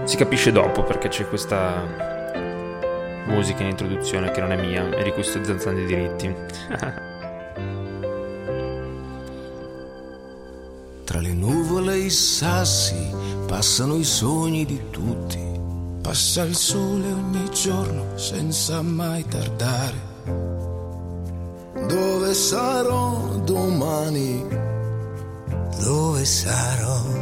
Si capisce dopo perché c'è questa musica in introduzione che non è mia e di cui sto zanzando i diritti. Tra le nuvole e i sassi passano i sogni di tutti. Passa il sole ogni giorno senza mai tardare. Dove sarò domani? Dove sarò?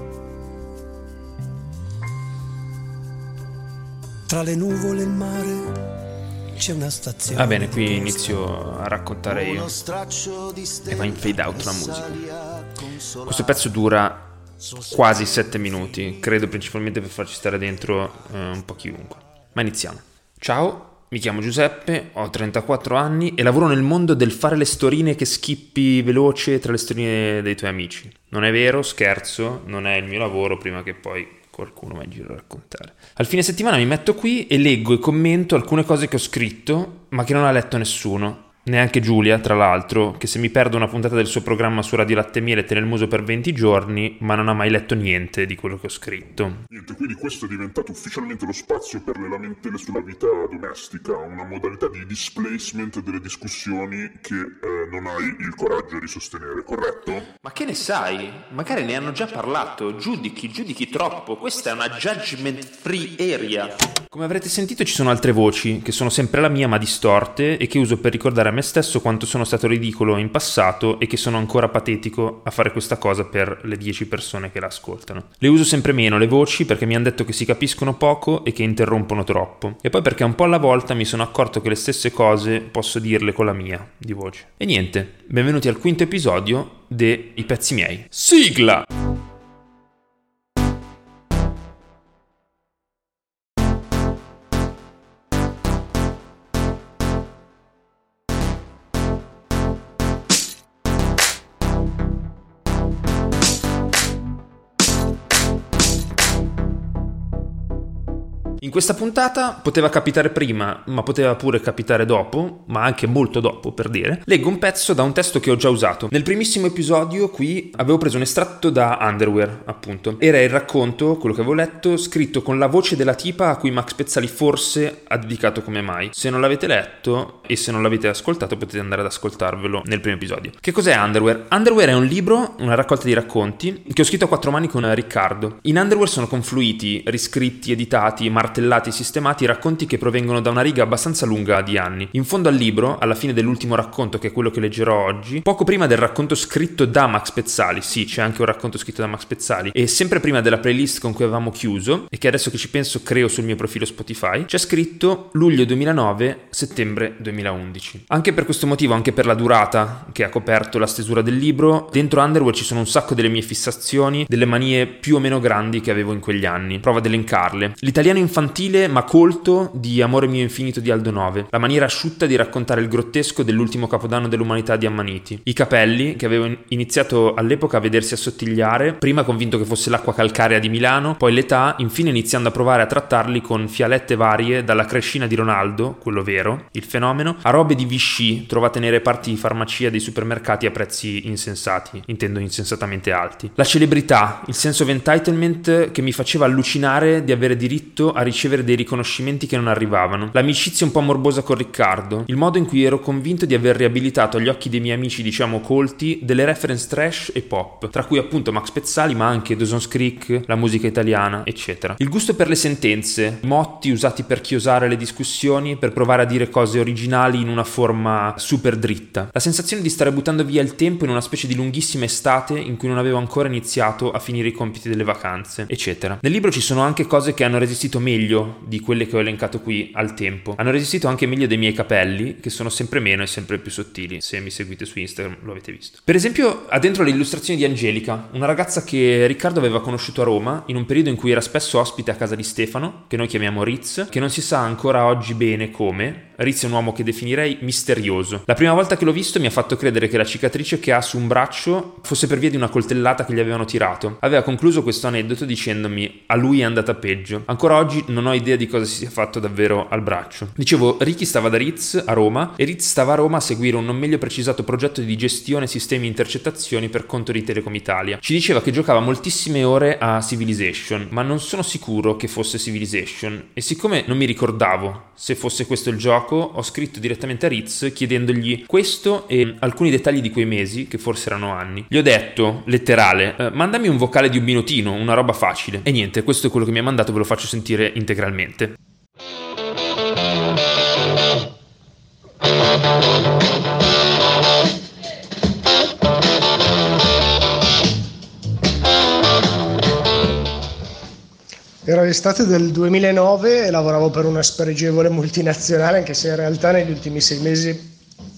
Tra le nuvole e il mare c'è una stazione. Va bene, qui inizio a raccontare io e va in fade out la musica. Questo pezzo dura quasi 7 minuti, credo principalmente per farci stare dentro un po' chiunque. Ma iniziamo. Ciao, mi chiamo Giuseppe, ho 34 anni e lavoro nel mondo del fare le storine che skippi veloce tra le storine dei tuoi amici. Non è vero, scherzo, non è il mio lavoro prima che poi qualcuno va in giro a raccontare. Al fine settimana mi metto qui e leggo e commento alcune cose che ho scritto ma che non ha letto nessuno. Neanche Giulia, tra l'altro, che se mi perdo una puntata del suo programma su Radio Latte e Miele tiene il muso per 20 giorni, ma non ha mai letto niente di quello che ho scritto. Niente, quindi questo è diventato ufficialmente lo spazio per le lamentele sulla vita domestica, una modalità di displacement delle discussioni che non hai il coraggio di sostenere, corretto? Ma che ne sai? Magari ne hanno già parlato, giudichi troppo, questa è una judgment free area. Come avrete sentito ci sono altre voci, che sono sempre la mia ma distorte e che uso per ricordare a me stesso quanto sono stato ridicolo in passato e che sono ancora patetico a fare questa cosa per le 10 persone che la ascoltano. Le uso sempre meno le voci perché mi hanno detto che si capiscono poco e che interrompono troppo. E poi perché un po' alla volta mi sono accorto che le stesse cose posso dirle con la mia di voce. E niente, benvenuti al quinto episodio de I pezzi miei. Sigla! In questa puntata poteva capitare prima, ma poteva pure capitare dopo, ma anche molto dopo per dire, leggo un pezzo da un testo che ho già usato. Nel primissimo episodio qui avevo preso un estratto da Underwear, appunto. Era il racconto, quello che avevo letto, scritto con la voce della tipa a cui Max Pezzali forse ha dedicato Come mai. Se non l'avete letto e se non l'avete ascoltato potete andare ad ascoltarvelo nel primo episodio. Che cos'è Underwear? Underwear è un libro, una raccolta di racconti, che ho scritto a 4 mani con Riccardo. In Underwear sono confluiti, riscritti, editati, martellati e sistemati racconti che provengono da una riga abbastanza lunga di anni. In fondo al libro, alla fine dell'ultimo racconto, che è quello che leggerò oggi, poco prima del racconto scritto da Max Pezzali, sì, c'è anche un racconto scritto da Max Pezzali, e sempre prima della playlist con cui avevamo chiuso, e che adesso che ci penso creo sul mio profilo Spotify, c'è scritto luglio 2009, settembre 2011. Anche per questo motivo, anche per la durata che ha coperto la stesura del libro, dentro Underwear ci sono un sacco delle mie fissazioni, delle manie più o meno grandi che avevo in quegli anni. Provo ad elencarle. L'italiano infantile ma colto di Amore mio infinito di Aldo Nove, la maniera asciutta di raccontare il grottesco dell'ultimo capodanno dell'umanità di Ammaniti, i capelli che avevo iniziato all'epoca a vedersi assottigliare, prima convinto che fosse l'acqua calcarea di Milano, poi l'età, infine iniziando a provare a trattarli con fialette varie dalla crescina di Ronaldo, quello vero, il fenomeno, a robe di Vichy trovate nei reparti di farmacia dei supermercati a prezzi insensati, intendo insensatamente alti. La celebrità, il sense of entitlement che mi faceva allucinare di avere diritto a ricevere dei riconoscimenti che non arrivavano, l'amicizia un po' morbosa con Riccardo, il modo in cui ero convinto di aver riabilitato agli occhi dei miei amici, diciamo colti, delle reference trash e pop, tra cui appunto Max Pezzali ma anche Dawson's Creek, la musica italiana, eccetera. Il gusto per le sentenze, i motti usati per chiosare le discussioni, per provare a dire cose originali in una forma super dritta, la sensazione di stare buttando via il tempo in una specie di lunghissima estate in cui non avevo ancora iniziato a finire i compiti delle vacanze, eccetera. Nel libro ci sono anche cose che hanno resistito meglio di quelle che ho elencato qui al tempo. Hanno resistito anche meglio dei miei capelli, che sono sempre meno e sempre più sottili. Se mi seguite su Instagram lo avete visto. Per esempio, ha dentro le illustrazioni di Angelica, una ragazza che Riccardo aveva conosciuto a Roma in un periodo in cui era spesso ospite a casa di Stefano, che noi chiamiamo Ritz, che non si sa ancora oggi bene come, Ritz è un uomo che definirei misterioso. La prima volta che l'ho visto mi ha fatto credere che la cicatrice che ha su un braccio fosse per via di una coltellata che gli avevano tirato. Aveva concluso questo aneddoto dicendomi: a lui è andata peggio. Ancora oggi non ho idea di cosa si sia fatto davvero al braccio. Dicevo, Ricky stava da Ritz a Roma e Ritz stava a Roma a seguire un non meglio precisato progetto di gestione sistemi intercettazioni per conto di Telecom Italia. Ci diceva che giocava moltissime ore a Civilization, ma non sono sicuro che fosse Civilization, e siccome non mi ricordavo se fosse questo il gioco, ho scritto direttamente a Ritz chiedendogli questo e alcuni dettagli di quei mesi, che forse erano anni. Gli ho detto, letterale, mandami un vocale di un minutino, una roba facile. E niente, questo è quello che mi ha mandato, ve lo faccio sentire integralmente. Era l'estate del 2009 e lavoravo per una spregevole multinazionale, anche se in realtà negli ultimi 6 mesi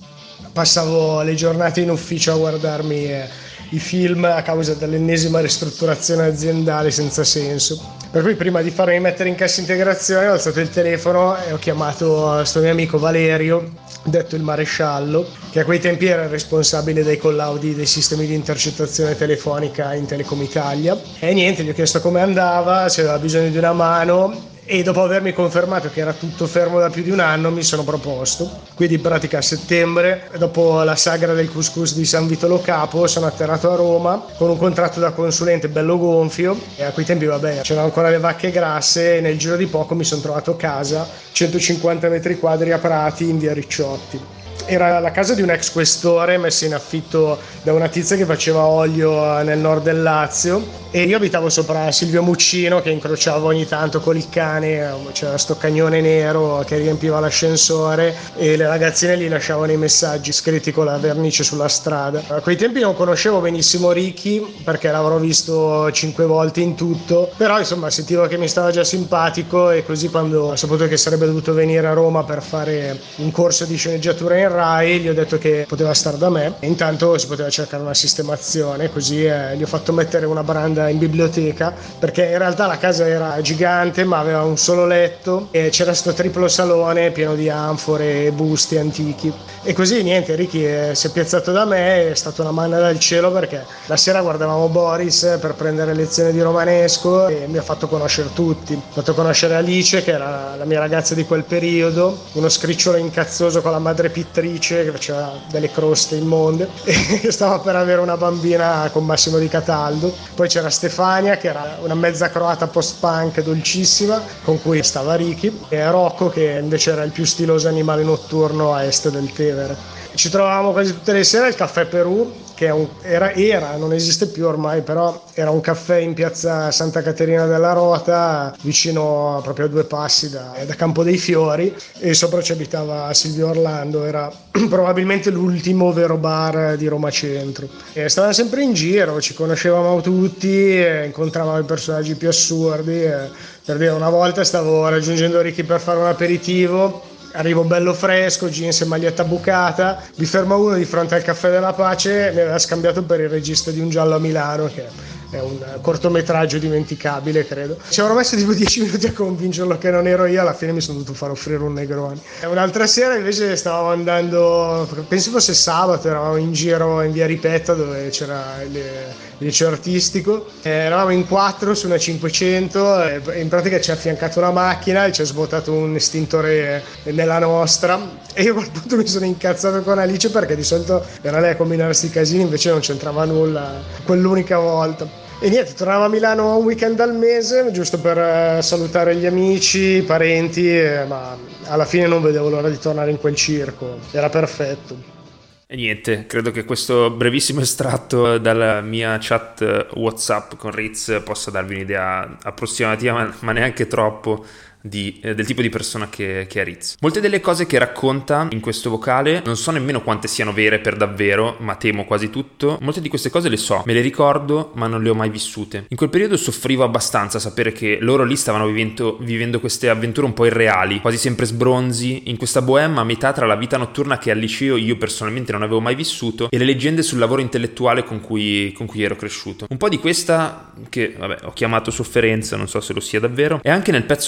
passavo le giornate in ufficio a guardarmi i film a causa dell'ennesima ristrutturazione aziendale senza senso. Per cui prima di farmi mettere in cassa integrazione ho alzato il telefono e ho chiamato questo mio amico Valerio, detto il maresciallo, che a quei tempi era il responsabile dei collaudi dei sistemi di intercettazione telefonica in Telecom Italia. E niente, gli ho chiesto come andava, se aveva bisogno di una mano, e dopo avermi confermato che era tutto fermo da più di un anno mi sono proposto. Quindi in pratica a settembre, dopo la sagra del couscous di San Vito Lo Capo, sono atterrato a Roma con un contratto da consulente bello gonfio, e a quei tempi c'erano ancora le vacche grasse, e nel giro di poco mi sono trovato casa, 150 metri quadri a Prati in via Ricciotti. Era la casa di un ex questore messa in affitto da una tizia che faceva olio nel nord del Lazio, e io abitavo sopra Silvio Muccino, che incrociavo ogni tanto con il cane. C'era sto cagnone nero che riempiva l'ascensore e le ragazzine gli lasciavano i messaggi scritti con la vernice sulla strada. A quei tempi non conoscevo benissimo Ricky perché l'avrò visto 5 volte in tutto, però insomma sentivo che mi stava già simpatico, e così quando ho saputo che sarebbe dovuto venire a Roma per fare un corso di sceneggiatura in Rai, gli ho detto che poteva star da me e intanto si poteva cercare una sistemazione, così gli ho fatto mettere una branda in biblioteca, perché in realtà la casa era gigante ma aveva un solo letto e c'era sto triplo salone pieno di anfore e busti antichi. E così niente, Ricky si è piazzato da me, è stata una manna dal cielo, perché la sera guardavamo Boris per prendere lezioni di romanesco e mi ha fatto conoscere tutti. Ho fatto conoscere Alice, che era la mia ragazza di quel periodo, uno scricciolo incazzoso con la madre pittrice che faceva delle croste immonde e stava per avere una bambina con Massimo Di Cataldo. Poi c'era Stefania, che era una mezza croata post-punk dolcissima, con cui stava Ricky, e Rocco, che invece era il più stiloso animale notturno a est del Tevere. Ci trovavamo quasi tutte le sere al Caffè Perù, che era, non esiste più ormai, però era un caffè in piazza Santa Caterina della Rota, vicino proprio a 2 passi da Campo dei Fiori, e sopra ci abitava Silvio Orlando. Era probabilmente l'ultimo vero bar di Roma Centro. E stavamo sempre in giro, ci conoscevamo tutti, incontravamo i personaggi più assurdi. Per dire, una volta stavo raggiungendo Ricky per fare un aperitivo, arrivo bello fresco, jeans e maglietta bucata, mi ferma uno di fronte al Caffè della Pace, mi aveva scambiato per il regista di Un giallo a Milano, che è un cortometraggio dimenticabile, credo. Ci avrò messo tipo 10 minuti a convincerlo che non ero io, alla fine mi sono dovuto far offrire un Negroni. Un'altra sera invece stavamo andando, penso fosse sabato, eravamo in giro in via Ripetta dove c'era il liceo artistico, eravamo in 4 su una 500 e in pratica ci ha affiancato una macchina e ci ha svuotato un estintore nella nostra, e io a quel punto mi sono incazzato con Alice perché di solito era lei a combinare sti casini, invece non c'entrava nulla quell'unica volta. E niente, tornavo a Milano un weekend al mese, giusto per salutare gli amici, i parenti, ma alla fine non vedevo l'ora di tornare in quel circo, era perfetto. E niente, credo che questo brevissimo estratto dalla mia chat WhatsApp con Ritz possa darvi un'idea approssimativa, ma neanche troppo, del tipo di persona che è Ritz. Molte delle cose che racconta in questo vocale non so nemmeno quante siano vere per davvero, ma temo quasi tutto. Molte di queste cose le so, me le ricordo, ma non le ho mai vissute. In quel periodo soffrivo abbastanza a sapere che loro lì stavano vivendo queste avventure un po' irreali, quasi sempre sbronzi, in questa bohème a metà tra la vita notturna che al liceo io personalmente non avevo mai vissuto e le leggende sul lavoro intellettuale con cui ero cresciuto. Un po' di questa, che vabbè ho chiamato sofferenza, non so se lo sia davvero, è anche nel pezzo conclusivo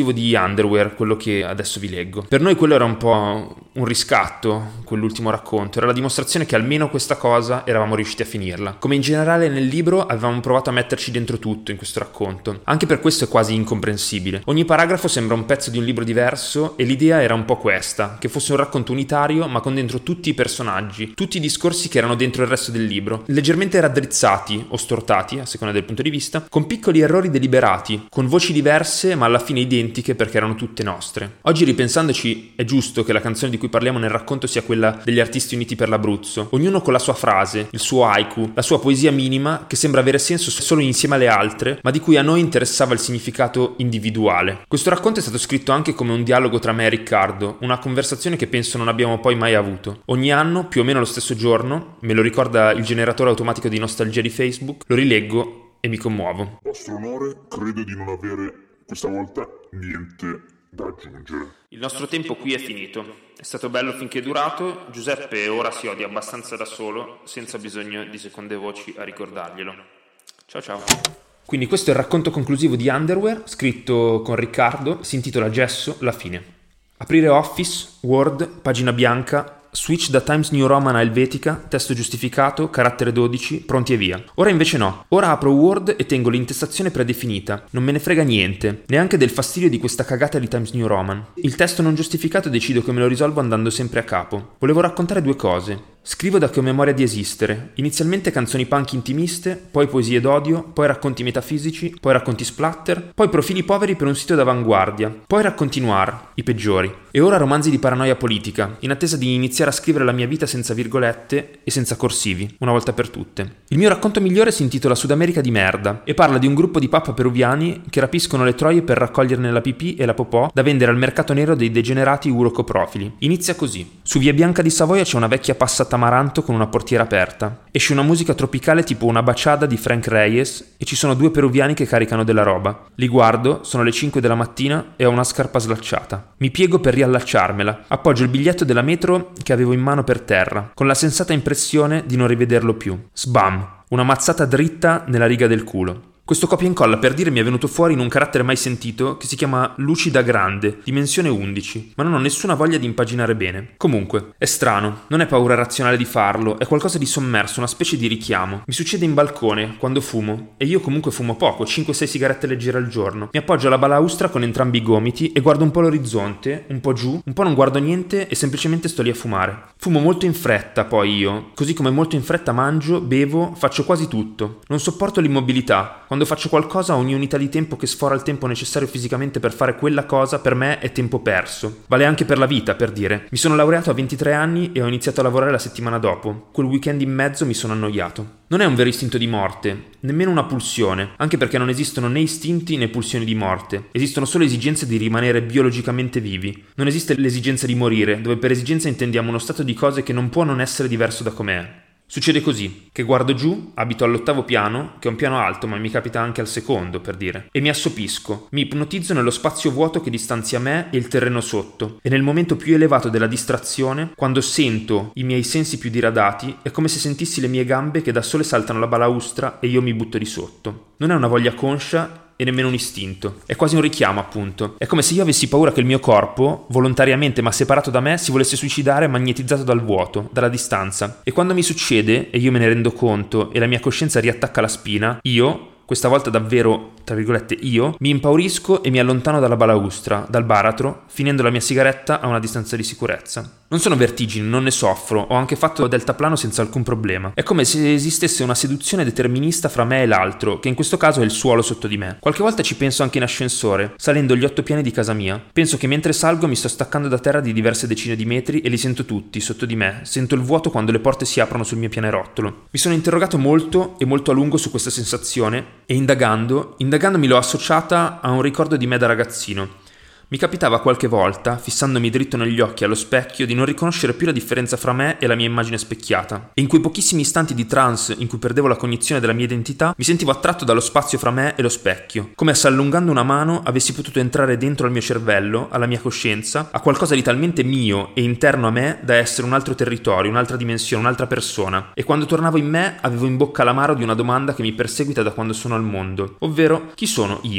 conclusivo di Underwear, quello che adesso vi leggo. Per noi quello era un po' un riscatto, quell'ultimo racconto, era la dimostrazione che almeno questa cosa eravamo riusciti a finirla. Come in generale nel libro avevamo provato a metterci dentro tutto in questo racconto. Anche per questo è quasi incomprensibile. Ogni paragrafo sembra un pezzo di un libro diverso e l'idea era un po' questa, che fosse un racconto unitario ma con dentro tutti i personaggi, tutti i discorsi che erano dentro il resto del libro, leggermente raddrizzati o stortati, a seconda del punto di vista, con piccoli errori deliberati, con voci diverse ma alla fine identiche perché erano tutte nostre. Oggi ripensandoci è giusto che la canzone di cui parliamo nel racconto sia quella degli artisti uniti per l'Abruzzo, ognuno con la sua frase, il suo haiku, la sua poesia minima che sembra avere senso solo insieme alle altre, ma di cui a noi interessava il significato individuale. Questo racconto è stato scritto anche come un dialogo tra me e Riccardo, una conversazione che penso non abbiamo poi mai avuto. Ogni anno, più o meno lo stesso giorno, me lo ricorda il generatore automatico di nostalgia di Facebook, lo rileggo e mi commuovo. Vostro onore, credo di non avere questa volta niente da aggiungere. Il nostro tempo qui è finito. È stato bello finché è durato. Giuseppe ora si odia abbastanza da solo, senza bisogno di seconde voci a ricordarglielo. Ciao ciao. Quindi questo è il racconto conclusivo di Underwear, scritto con Riccardo, si intitola Gesso, la fine. Aprire Office, Word, pagina bianca, switch da Times New Roman a Helvetica, testo giustificato, carattere 12, pronti e via. Ora invece no. Ora apro Word e tengo l'intestazione predefinita. Non me ne frega niente, neanche del fastidio di questa cagata di Times New Roman. Il testo non giustificato decido che me lo risolvo andando sempre a capo. Volevo raccontare due cose. Scrivo da che ho memoria di esistere. Inizialmente canzoni punk intimiste, poi poesie d'odio, poi racconti metafisici, poi racconti splatter, poi profili poveri per un sito d'avanguardia, poi racconti noir, i peggiori. E ora romanzi di paranoia politica, in attesa di iniziare a scrivere la mia vita senza virgolette e senza corsivi, una volta per tutte. Il mio racconto migliore si intitola Sud America di merda e parla di un gruppo di pappa peruviani che rapiscono le troie per raccoglierne la pipì e la popò da vendere al mercato nero dei degenerati urocoprofili. Inizia così. Su Via Bianca di Savoia c'è una vecchia passata amaranto con una portiera aperta. Esce una musica tropicale tipo una baciada di Frank Reyes e ci sono due peruviani che caricano della roba. Li guardo, sono le 5 della mattina e ho una scarpa slacciata. Mi piego per riallacciarmela. Appoggio il biglietto della metro che avevo in mano per terra, con la sensata impressione di non rivederlo più. Sbam! Una mazzata dritta nella riga del culo. Questo copia e incolla per dire mi è venuto fuori in un carattere mai sentito che si chiama Lucida Grande, dimensione 11, ma non ho nessuna voglia di impaginare bene. Comunque, è strano, non è paura razionale di farlo, è qualcosa di sommerso, una specie di richiamo. Mi succede in balcone, quando fumo, e io comunque fumo poco, 5-6 sigarette leggere al giorno. Mi appoggio alla balaustra con entrambi i gomiti e guardo un po' l'orizzonte, un po' giù, un po' non guardo niente e semplicemente sto lì a fumare. Fumo molto in fretta poi io, così come molto in fretta mangio, bevo, faccio quasi tutto. Non sopporto l'immobilità. Quando faccio qualcosa ogni unità di tempo che sfora il tempo necessario fisicamente per fare quella cosa per me è tempo perso. Vale anche per la vita, per dire. Mi sono laureato a 23 anni e ho iniziato a lavorare la settimana dopo. Quel weekend in mezzo mi sono annoiato. Non è un vero istinto di morte, nemmeno una pulsione, anche perché non esistono né istinti né pulsioni di morte. Esistono solo esigenze di rimanere biologicamente vivi. Non esiste l'esigenza di morire, dove per esigenza intendiamo uno stato di cose che non può non essere diverso da com'è. Succede così, che guardo giù, abito all'8° piano, che è un piano alto ma mi capita anche al secondo, per dire, e mi assopisco, mi ipnotizzo nello spazio vuoto che distanzia me e il terreno sotto, e nel momento più elevato della distrazione, quando sento i miei sensi più diradati, è come se sentissi le mie gambe che da sole saltano la balaustra e io mi butto di sotto. Non è una voglia conscia e nemmeno un istinto. È quasi un richiamo, appunto. È come se io avessi paura che il mio corpo, volontariamente ma separato da me, si volesse suicidare magnetizzato dal vuoto, dalla distanza. E quando mi succede, e io me ne rendo conto, e la mia coscienza riattacca la spina, io, questa volta davvero, tra virgolette, io, mi impaurisco e mi allontano dalla balaustra, dal baratro, finendo la mia sigaretta a una distanza di sicurezza. Non sono vertigini, non ne soffro, ho anche fatto deltaplano senza alcun problema. È come se esistesse una seduzione determinista fra me e l'altro, che in questo caso è il suolo sotto di me. Qualche volta ci penso anche in ascensore, salendo gli 8 piani di casa mia. Penso che mentre salgo mi sto staccando da terra di diverse decine di metri e li sento tutti, sotto di me. Sento il vuoto quando le porte si aprono sul mio pianerottolo. Mi sono interrogato molto e molto a lungo su questa sensazione e indagando mi l'ho associata a un ricordo di me da ragazzino. Mi capitava qualche volta, fissandomi dritto negli occhi allo specchio, di non riconoscere più la differenza fra me e la mia immagine specchiata. E in quei pochissimi istanti di trance in cui perdevo la cognizione della mia identità, mi sentivo attratto dallo spazio fra me e lo specchio, come se allungando una mano avessi potuto entrare dentro al mio cervello, alla mia coscienza, a qualcosa di talmente mio e interno a me da essere un altro territorio, un'altra dimensione, un'altra persona. E quando tornavo in me avevo in bocca l'amaro di una domanda che mi perseguita da quando sono al mondo, ovvero chi sono io?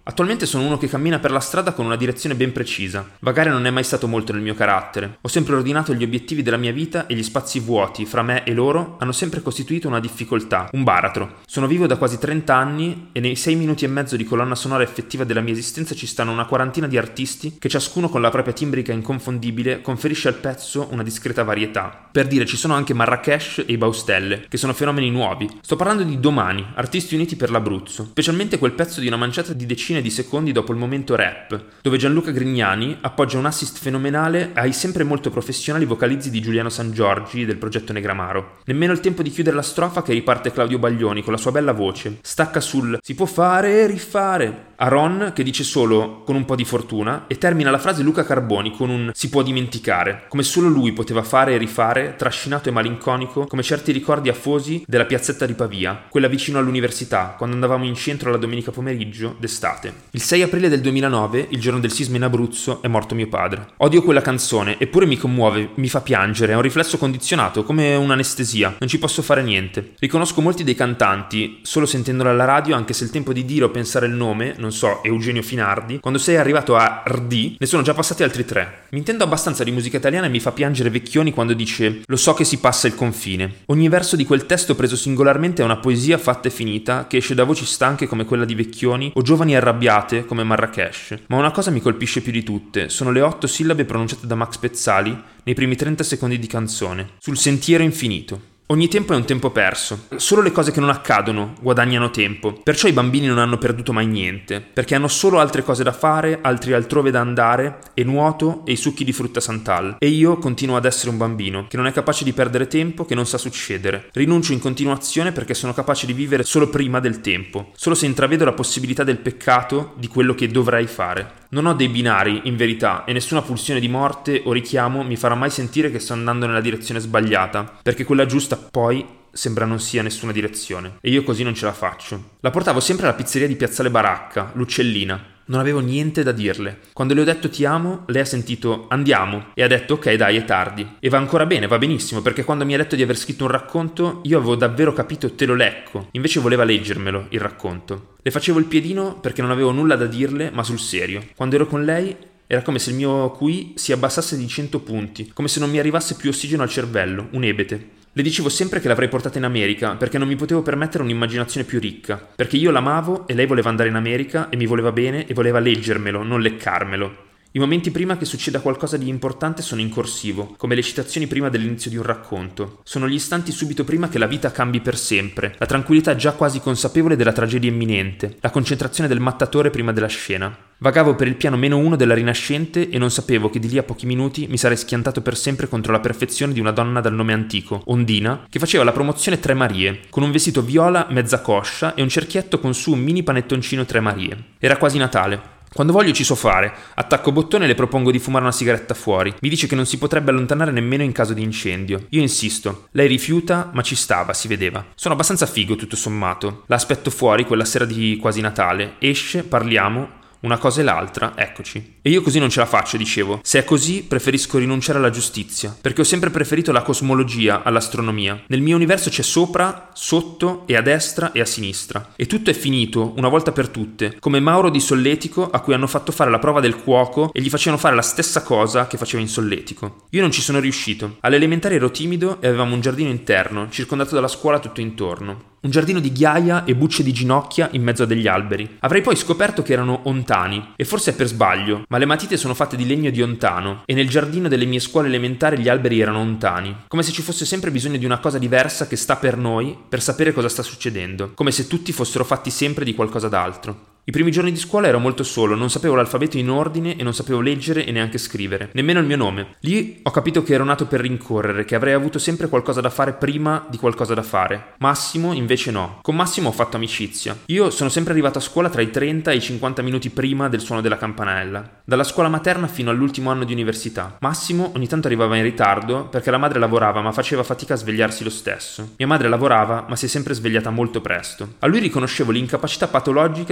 Attualmente sono uno che cammina per la strada con una direzione ben precisa. Vagare non è mai stato molto nel mio carattere. Ho sempre ordinato gli obiettivi della mia vita e gli spazi vuoti fra me e loro hanno sempre costituito una difficoltà, un baratro. Sono vivo da quasi 30 anni e nei 6 minuti e mezzo di colonna sonora effettiva della mia esistenza ci stanno una quarantina di artisti che ciascuno con la propria timbrica inconfondibile conferisce al pezzo una discreta varietà. Per dire, ci sono anche Marrakesh e i Baustelle, che sono fenomeni nuovi. Sto parlando di Domani, Artisti Uniti per l'Abruzzo, specialmente quel pezzo di una manciata di decine di secondi dopo il momento rap, dove Gianluca Grignani appoggia un assist fenomenale ai sempre molto professionali vocalizzi di Giuliano Sangiorgi del progetto Negramaro. Nemmeno il tempo di chiudere la strofa che riparte Claudio Baglioni con la sua bella voce. Stacca sul "si può fare e rifare" a Ron che dice solo "con un po' di fortuna" e termina la frase Luca Carboni con un "si può dimenticare", come solo lui poteva fare e rifare, trascinato e malinconico come certi ricordi afosi della piazzetta di Pavia, quella vicino all'università, quando andavamo in centro la domenica pomeriggio d'estate. Il 6 aprile del 2009, il giorno del sisma in Abruzzo, è morto mio padre. Odio quella canzone, eppure mi commuove, mi fa piangere, è un riflesso condizionato, come un'anestesia, non ci posso fare niente. Riconosco molti dei cantanti, solo sentendola alla radio, anche se il tempo di dire o pensare il nome, non so, Eugenio Finardi, quando sei arrivato a RD, ne sono già passati altri 3. Mi intendo abbastanza di musica italiana e mi fa piangere Vecchioni quando dice "lo so che si passa il confine". Ogni verso di quel testo preso singolarmente è una poesia fatta e finita che esce da voci stanche come quella di Vecchioni o giovani arrabbiate come Marrakesh. Ma una cosa mi colpisce più di tutte, sono le 8 sillabe pronunciate da Max Pezzali nei primi 30 secondi di canzone. Sul sentiero infinito. Ogni tempo è un tempo perso. Solo le cose che non accadono guadagnano tempo. Perciò i bambini non hanno perduto mai niente, perché hanno solo altre cose da fare, altri altrove da andare, e nuoto e i succhi di frutta Santal. E io continuo ad essere un bambino, che non è capace di perdere tempo, che non sa succedere. Rinuncio in continuazione perché sono capace di vivere solo prima del tempo, solo se intravedo la possibilità del peccato di quello che dovrei fare. Non ho dei binari, in verità, e nessuna pulsione di morte o richiamo mi farà mai sentire che sto andando nella direzione sbagliata, perché quella giusta poi sembra non sia nessuna direzione, e io così non ce la faccio. La portavo sempre alla pizzeria di Piazzale Baracca, l'Uccellina. Non avevo niente da dirle. Quando le ho detto ti amo, lei ha sentito andiamo e ha detto ok dai è tardi. E va ancora bene, va benissimo, perché quando mi ha detto di aver scritto un racconto io avevo davvero capito te lo lecco, invece voleva leggermelo il racconto. Le facevo il piedino perché non avevo nulla da dirle, ma sul serio. Quando ero con lei era come se il mio QI si abbassasse di 100 punti, come se non mi arrivasse più ossigeno al cervello, un ebete. Le dicevo sempre che l'avrei portata in America perché non mi potevo permettere un'immaginazione più ricca, perché io l'amavo e lei voleva andare in America e mi voleva bene e voleva leggermelo, non leccarmelo. I momenti prima che succeda qualcosa di importante sono in corsivo, come le citazioni prima dell'inizio di un racconto. Sono gli istanti subito prima che la vita cambi per sempre, la tranquillità già quasi consapevole della tragedia imminente, la concentrazione del mattatore prima della scena. Vagavo per il piano -1 della Rinascente e non sapevo che di lì a pochi minuti mi sarei schiantato per sempre contro la perfezione di una donna dal nome antico, Ondina, che faceva la promozione Tre Marie, con un vestito viola mezza coscia e un cerchietto con su un mini panettoncino Tre Marie. Era quasi Natale. Quando voglio ci so fare, attacco bottone e le propongo di fumare una sigaretta fuori. Mi dice che non si potrebbe allontanare nemmeno in caso di incendio. Io insisto. Lei rifiuta, ma ci stava, si vedeva. Sono abbastanza figo tutto sommato. La aspetto fuori quella sera di quasi Natale. Esce, parliamo. Una cosa e l'altra, eccoci. E io così non ce la faccio, dicevo. Se è così, preferisco rinunciare alla giustizia, perché ho sempre preferito la cosmologia all'astronomia. Nel mio universo c'è sopra, sotto e a destra e a sinistra. E tutto è finito, una volta per tutte, come Mauro di Solletico a cui hanno fatto fare la prova del cuoco e gli facevano fare la stessa cosa che faceva in Solletico. Io non ci sono riuscito. All'elementare ero timido e avevamo un giardino interno, circondato dalla scuola tutto intorno. Un giardino di ghiaia e bucce di ginocchia in mezzo a degli alberi. Avrei poi scoperto che erano ontani, e forse è per sbaglio, ma le matite sono fatte di legno di ontano, e nel giardino delle mie scuole elementari gli alberi erano ontani. Come se ci fosse sempre bisogno di una cosa diversa che sta per noi, per sapere cosa sta succedendo. Come se tutti fossero fatti sempre di qualcosa d'altro. I primi giorni di scuola ero molto solo, non sapevo l'alfabeto in ordine e non sapevo leggere e neanche scrivere, nemmeno il mio nome. Lì ho capito che ero nato per rincorrere, che avrei avuto sempre qualcosa da fare prima di qualcosa da fare. Massimo invece no. Con Massimo ho fatto amicizia. Io sono sempre arrivato a scuola tra i 30 e i 50 minuti prima del suono della campanella, dalla scuola materna fino all'ultimo anno di università. Massimo ogni tanto arrivava in ritardo perché la madre lavorava ma faceva fatica a svegliarsi lo stesso. Mia madre lavorava ma si è sempre svegliata molto presto. A lui riconoscevo l'incapacità patologica di sentirsi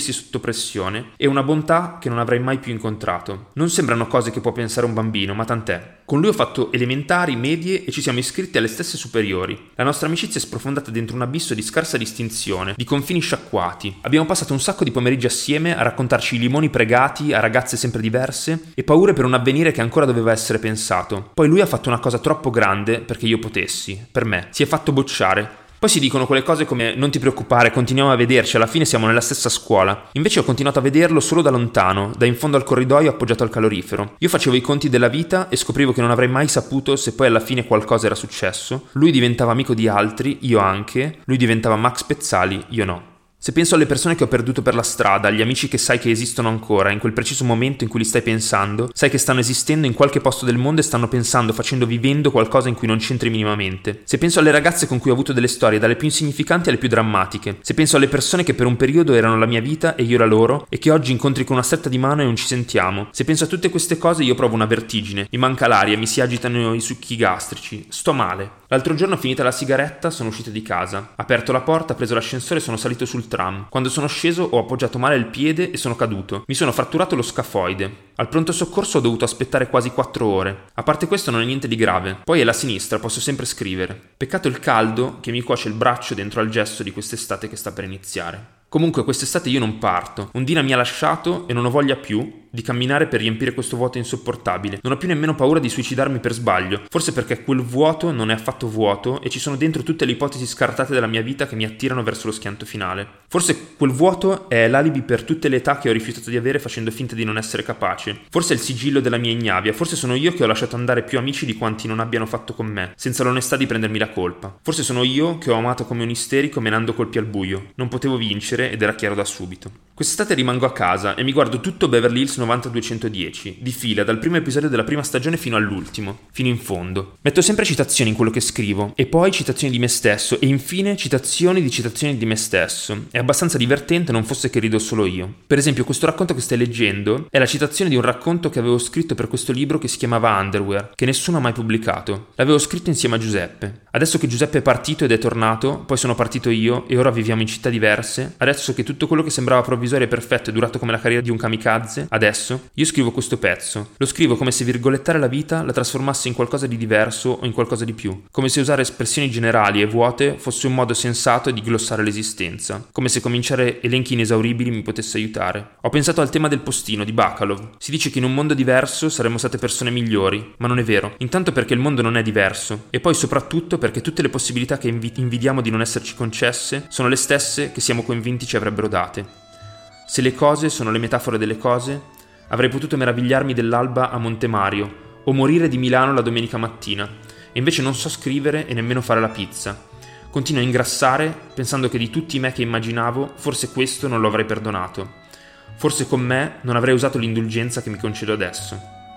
sentirsi sotto pressione e una bontà che non avrai mai più incontrato. Non sembrano cose che può pensare un bambino, ma tant'è. Con lui ho fatto elementari, medie e ci siamo iscritti alle stesse superiori. La nostra amicizia è sprofondata dentro un abisso di scarsa distinzione, di confini sciacquati. Abbiamo passato un sacco di pomeriggi assieme a raccontarci i limoni pregati a ragazze sempre diverse e paure per un avvenire che ancora doveva essere pensato. Poi lui ha fatto una cosa troppo grande perché io potessi, per me. Si è fatto bocciare. Poi si dicono quelle cose come non ti preoccupare, continuiamo a vederci, alla fine siamo nella stessa scuola. Invece ho continuato a vederlo solo da lontano, da in fondo al corridoio appoggiato al calorifero. Io facevo i conti della vita e scoprivo che non avrei mai saputo se poi alla fine qualcosa era successo. Lui diventava amico di altri, io anche. Lui diventava Max Pezzali, io no. Se penso alle persone che ho perduto per la strada, agli amici che sai che esistono ancora, in quel preciso momento in cui li stai pensando, sai che stanno esistendo in qualche posto del mondo e stanno pensando, facendo, vivendo qualcosa in cui non c'entri minimamente. Se penso alle ragazze con cui ho avuto delle storie, dalle più insignificanti alle più drammatiche. Se penso alle persone che per un periodo erano la mia vita e io la loro, e che oggi incontri con una stretta di mano e non ci sentiamo. Se penso a tutte queste cose io provo una vertigine, mi manca l'aria, mi si agitano i succhi gastrici, sto male. L'altro giorno, finita la sigaretta, sono uscito di casa. Aperto la porta, preso l'ascensore e sono salito sul tram. Quando sono sceso ho appoggiato male il piede e sono caduto. Mi sono fratturato lo scafoide. Al pronto soccorso ho dovuto aspettare quasi 4 ore. A parte questo non è niente di grave. Poi è la sinistra, posso sempre scrivere. Peccato il caldo che mi cuoce il braccio dentro al gesso di quest'estate che sta per iniziare. Comunque quest'estate io non parto. Undina mi ha lasciato e non ho voglia più di camminare per riempire questo vuoto insopportabile. Non ho più nemmeno paura di suicidarmi per sbaglio, forse perché quel vuoto non è affatto vuoto e ci sono dentro tutte le ipotesi scartate della mia vita che mi attirano verso lo schianto finale. Forse quel vuoto è l'alibi per tutte le età che ho rifiutato di avere facendo finta di non essere capace. Forse è il sigillo della mia ignavia, forse sono io che ho lasciato andare più amici di quanti non abbiano fatto con me, senza l'onestà di prendermi la colpa. Forse sono io che ho amato come un isterico menando colpi al buio. Non potevo vincere ed era chiaro da subito. Quest'estate rimango a casa e mi guardo tutto Beverly Hills 90210, di fila, dal primo episodio della prima stagione fino all'ultimo, fino in fondo. Metto sempre citazioni in quello che scrivo, e poi citazioni di me stesso, e infine citazioni di me stesso. È abbastanza divertente, non fosse che rido solo io. Per esempio, questo racconto che stai leggendo è la citazione di un racconto che avevo scritto per questo libro che si chiamava Underwear, che nessuno ha mai pubblicato. L'avevo scritto insieme a Giuseppe. Adesso che Giuseppe è partito ed è tornato, poi sono partito io, e ora viviamo in città diverse, adesso che tutto quello che sembrava provvisorio e perfetto è durato come la carriera di un kamikaze, adesso io scrivo questo pezzo. Lo scrivo come se virgolettare la vita la trasformasse in qualcosa di diverso o in qualcosa di più, come se usare espressioni generali e vuote fosse un modo sensato di glossare l'esistenza, come se cominciare elenchi inesauribili mi potesse aiutare. Ho pensato al tema del postino di Bacalov. Si dice che in un mondo diverso saremmo state persone migliori, ma non è vero. Intanto perché il mondo non è diverso, e poi soprattutto perché tutte le possibilità che invidiamo di non esserci concesse sono le stesse che siamo convinti ci avrebbero date. Se le cose sono le metafore delle cose, avrei potuto meravigliarmi dell'alba a Montemario o morire di Milano la domenica mattina, e invece non so scrivere e nemmeno fare la pizza. Continuo a ingrassare pensando che di tutti i me che immaginavo, forse questo non lo avrei perdonato. Forse con me non avrei usato l'indulgenza che mi concedo adesso.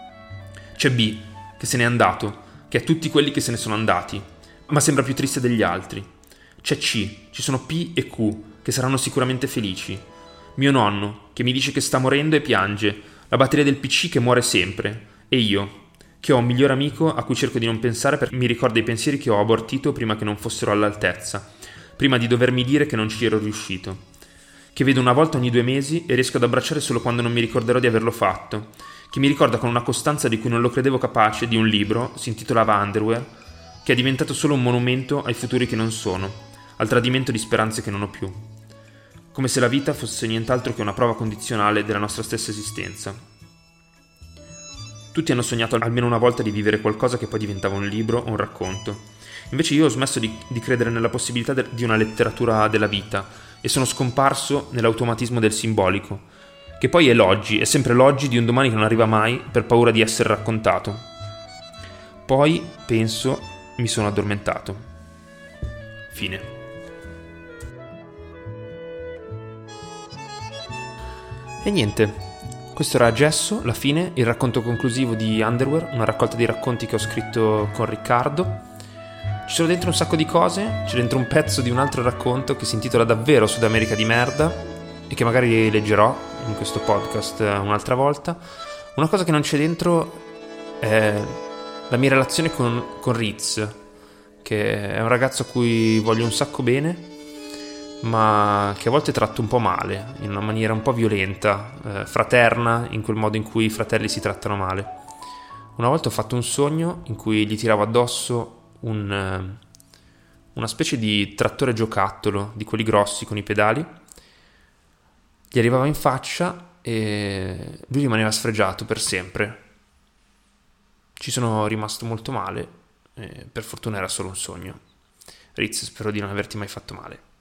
C'è B, che se n'è andato, che è tutti quelli che se ne sono andati, ma sembra più triste degli altri. C'è C, ci sono P e Q, che saranno sicuramente felici. Mio nonno, che mi dice che sta morendo e piange, la batteria del PC che muore sempre, e io, che ho un migliore amico a cui cerco di non pensare perché mi ricorda i pensieri che ho abortito prima che non fossero all'altezza, prima di dovermi dire che non ci ero riuscito, che vedo una volta ogni 2 mesi e riesco ad abbracciare solo quando non mi ricorderò di averlo fatto, che mi ricorda con una costanza di cui non lo credevo capace di un libro, si intitolava Underwear, che è diventato solo un monumento ai futuri che non sono, al tradimento di speranze che non ho più. Come se la vita fosse nient'altro che una prova condizionale della nostra stessa esistenza. Tutti hanno sognato almeno una volta di vivere qualcosa che poi diventava un libro o un racconto. Invece io ho smesso di credere nella possibilità di una letteratura della vita e sono scomparso nell'automatismo del simbolico, che poi è l'oggi, è sempre l'oggi di un domani che non arriva mai per paura di essere raccontato. Poi, penso, mi sono addormentato. Fine. E niente, questo era Gesso, la fine, il racconto conclusivo di Underwear, una raccolta di racconti che ho scritto con Riccardo. Ci sono dentro un sacco di cose, c'è dentro un pezzo di un altro racconto che si intitola davvero Sud America di merda e che magari leggerò in questo podcast un'altra volta. Una cosa che non c'è dentro è la mia relazione con Riz, che è un ragazzo a cui voglio un sacco bene, ma che a volte tratto un po' male, in una maniera un po' violenta, fraterna, in quel modo in cui i fratelli si trattano male. Una volta ho fatto un sogno in cui gli tiravo addosso una specie di trattore giocattolo, di quelli grossi con i pedali, gli arrivava in faccia e lui rimaneva sfregiato per sempre. Ci sono rimasto molto male, per fortuna era solo un sogno. Riz, spero di non averti mai fatto male.